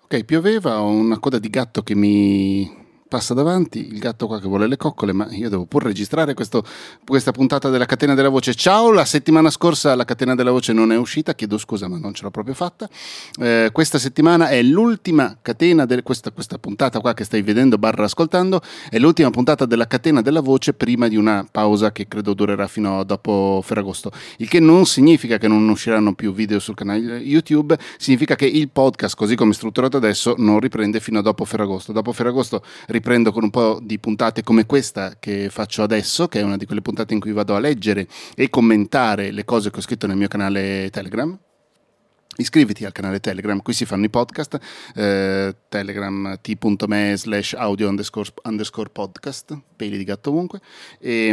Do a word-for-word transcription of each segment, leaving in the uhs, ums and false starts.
Ok, pioveva, ho una coda di gatto che mi passa davanti, il gatto qua che vuole le coccole, ma io devo pur registrare questo, questa puntata della Catena della Voce. Ciao, la settimana scorsa la Catena della Voce non è uscita, chiedo scusa ma non ce l'ho proprio fatta. Eh, questa settimana è l'ultima catena, de- questa, questa puntata qua che stai vedendo barra ascoltando, è l'ultima puntata della Catena della Voce prima di una pausa che credo durerà fino a dopo Ferragosto, il che non significa che non usciranno più video sul canale YouTube, significa che il podcast, così come è strutturato adesso, non riprende fino a dopo Ferragosto. Dopo Ferragosto riprendo con un po' di puntate come questa che faccio adesso, che è una di quelle puntate in cui vado a leggere e commentare le cose che ho scritto nel mio canale Telegram. Iscriviti al canale Telegram, qui si fanno i podcast, eh, telegram t.me slash audio underscore, underscore podcast, peli di gatto ovunque, e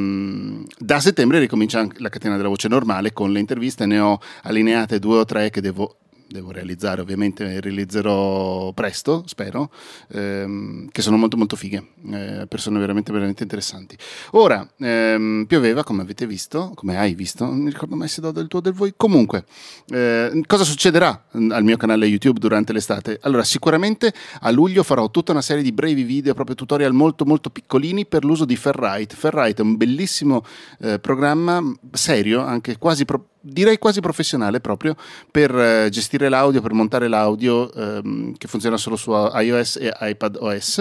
um, da settembre ricomincia anche la Catena della Voce normale con le interviste, ne ho allineate due o tre che devo devo realizzare, ovviamente realizzerò presto, spero, ehm, che sono molto molto fighe, eh, persone veramente veramente interessanti. Ora, ehm, pioveva, come avete visto, come hai visto, non mi ricordo mai se do del tuo o del voi, comunque, eh, cosa succederà al mio canale YouTube durante l'estate? Allora, sicuramente a luglio farò tutta una serie di brevi video, proprio tutorial molto molto piccolini per l'uso di Ferrite. Ferrite è un bellissimo eh, programma, serio, anche quasi pro- direi quasi professionale proprio per eh, gestire l'audio, per montare l'audio, ehm, che funziona solo su iOS e iPadOS.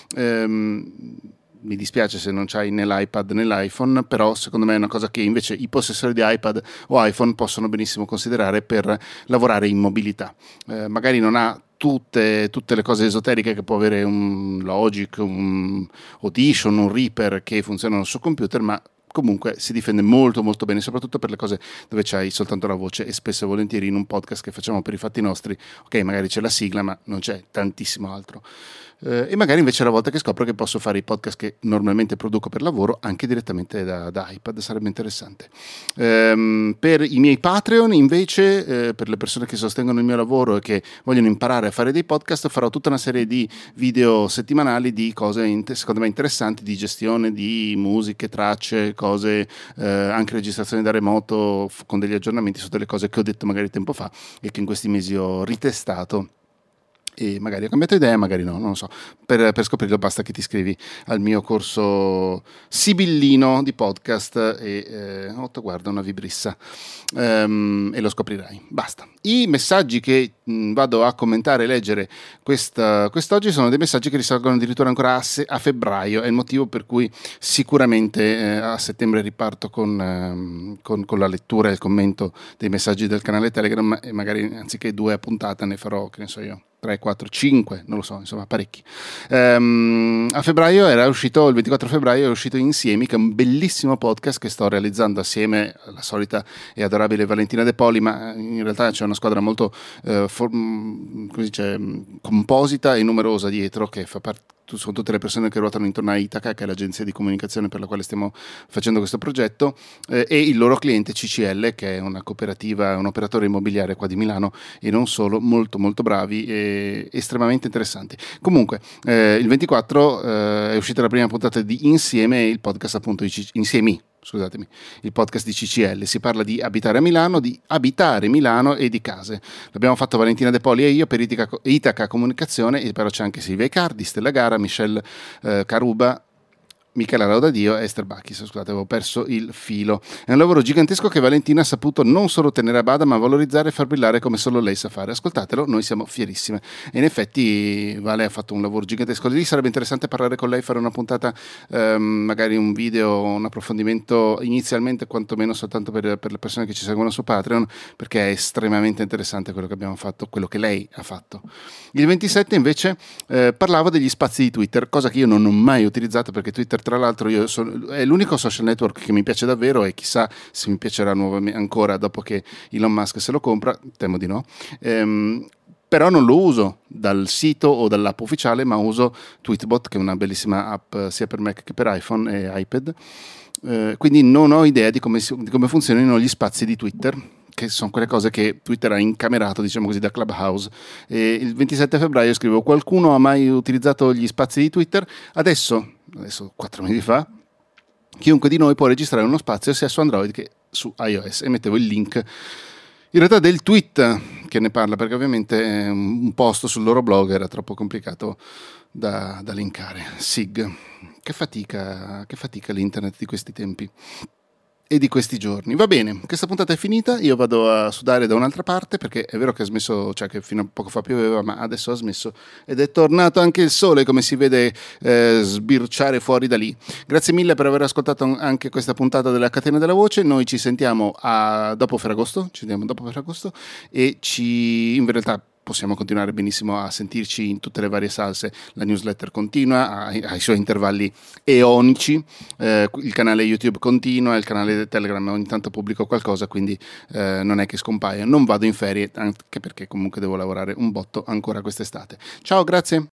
Ehm, mi dispiace se non c'hai né l'iPad né l'iPhone, però secondo me è una cosa che invece i possessori di iPad o iPhone possono benissimo considerare per lavorare in mobilità. Eh, magari non ha Tutte, tutte le cose esoteriche che può avere un Logic, un Audition, un Reaper che funzionano su computer, ma comunque si difende molto molto bene, soprattutto per le cose dove c'hai soltanto la voce, e spesso e volentieri in un podcast che facciamo per i fatti nostri, ok, magari c'è la sigla ma non c'è tantissimo altro. Eh, e magari invece è la volta che scopro che posso fare i podcast che normalmente produco per lavoro anche direttamente da, da iPad, sarebbe interessante. Ehm, per i miei Patreon invece, eh, per le persone che sostengono il mio lavoro e che vogliono imparare a fare dei podcast, farò tutta una serie di video settimanali di cose inter- secondo me interessanti, di gestione di musiche, tracce, cose, eh, anche registrazioni da remoto, f- con degli aggiornamenti su delle cose che ho detto magari tempo fa e che in questi mesi ho ritestato e magari ho cambiato idea, magari no, non lo so. Per, per scoprirlo basta che ti iscrivi al mio corso sibillino di podcast e eh, oh, guarda una vibrissa, um, e lo scoprirai, basta. I messaggi che mh, vado a commentare e leggere questa, quest'oggi sono dei messaggi che risalgono addirittura ancora a, se, a febbraio, è il motivo per cui sicuramente eh, a settembre riparto con, eh, con, con la lettura e il commento dei messaggi del canale Telegram, e magari anziché due a puntata ne farò, che ne so io, tre, quattro, cinque, non lo so, insomma parecchi. Um, a febbraio era uscito, il ventiquattro febbraio è uscito Insiemi, che è un bellissimo podcast che sto realizzando assieme alla solita e adorabile Valentina De Poli, ma in realtà c'è una squadra molto uh, for- come si dice, composita e numerosa dietro, che fa parte, sono tutte le persone che ruotano intorno a Itaca, che è l'agenzia di comunicazione per la quale stiamo facendo questo progetto, eh, e il loro cliente C C L, che è una cooperativa, un operatore immobiliare qua di Milano, e non solo, molto molto bravi e estremamente interessanti. Comunque, eh, il ventiquattro eh, è uscita la prima puntata di Insieme, il podcast appunto di C- Insiemi, scusatemi, il podcast di C C L. Si parla di abitare a Milano, di abitare Milano e di case. L'abbiamo fatto Valentina De Poli e io per Itaca, Itaca Comunicazione, e però c'è anche Silvia Icardi, Stella Gara, Michelle eh, Caruba, Michela Laudadio e Esther Bacchis, scusate, avevo perso il filo. È un lavoro gigantesco che Valentina ha saputo non solo tenere a bada, ma valorizzare e far brillare come solo lei sa fare. Ascoltatelo, noi siamo fierissime. E in effetti Vale ha fatto un lavoro gigantesco. Lì sarebbe interessante parlare con lei, fare una puntata, ehm, magari un video, un approfondimento, inizialmente quantomeno soltanto per, per le persone che ci seguono su Patreon, perché è estremamente interessante quello che abbiamo fatto, quello che lei ha fatto. Il ventisette invece eh, parlavo degli spazi di Twitter, cosa che io non ho mai utilizzato, perché Twitter, tra l'altro, io sono, è l'unico social network che mi piace davvero, e chissà se mi piacerà nuovamente ancora dopo che Elon Musk se lo compra, temo di no. Ehm, però non lo uso dal sito o dall'app ufficiale, ma uso Tweetbot, che è una bellissima app sia per Mac che per iPhone e iPad. Eh, quindi non ho idea di come, di come funzionino gli spazi di Twitter, che sono quelle cose che Twitter ha incamerato, diciamo così, da Clubhouse. E il ventisette febbraio scrivo: qualcuno ha mai utilizzato gli spazi di Twitter? Adesso, adesso quattro mesi fa, chiunque di noi può registrare uno spazio sia su Android che su iOS, e mettevo il link In realtà del tweet che ne parla, perché ovviamente un post sul loro blog era troppo complicato da, da linkare. Sig, che fatica, che fatica l'internet di questi tempi e di questi giorni. Va bene, questa puntata è finita, io vado a sudare da un'altra parte, perché è vero che ha smesso, cioè che fino a poco fa pioveva, ma adesso ha smesso ed è tornato anche il sole, come si vede eh, sbirciare fuori da lì. Grazie mille per aver ascoltato anche questa puntata della Catena della Voce. Noi ci sentiamo a, dopo Ferragosto, ci vediamo dopo Ferragosto e ci in realtà possiamo continuare benissimo a sentirci in tutte le varie salse. La newsletter continua, ha, ha i suoi intervalli eonici, eh, il canale YouTube continua, il canale Telegram ogni tanto pubblico qualcosa, quindi eh, non è che scompaia. Non vado in ferie, anche perché comunque devo lavorare un botto ancora quest'estate. Ciao, grazie.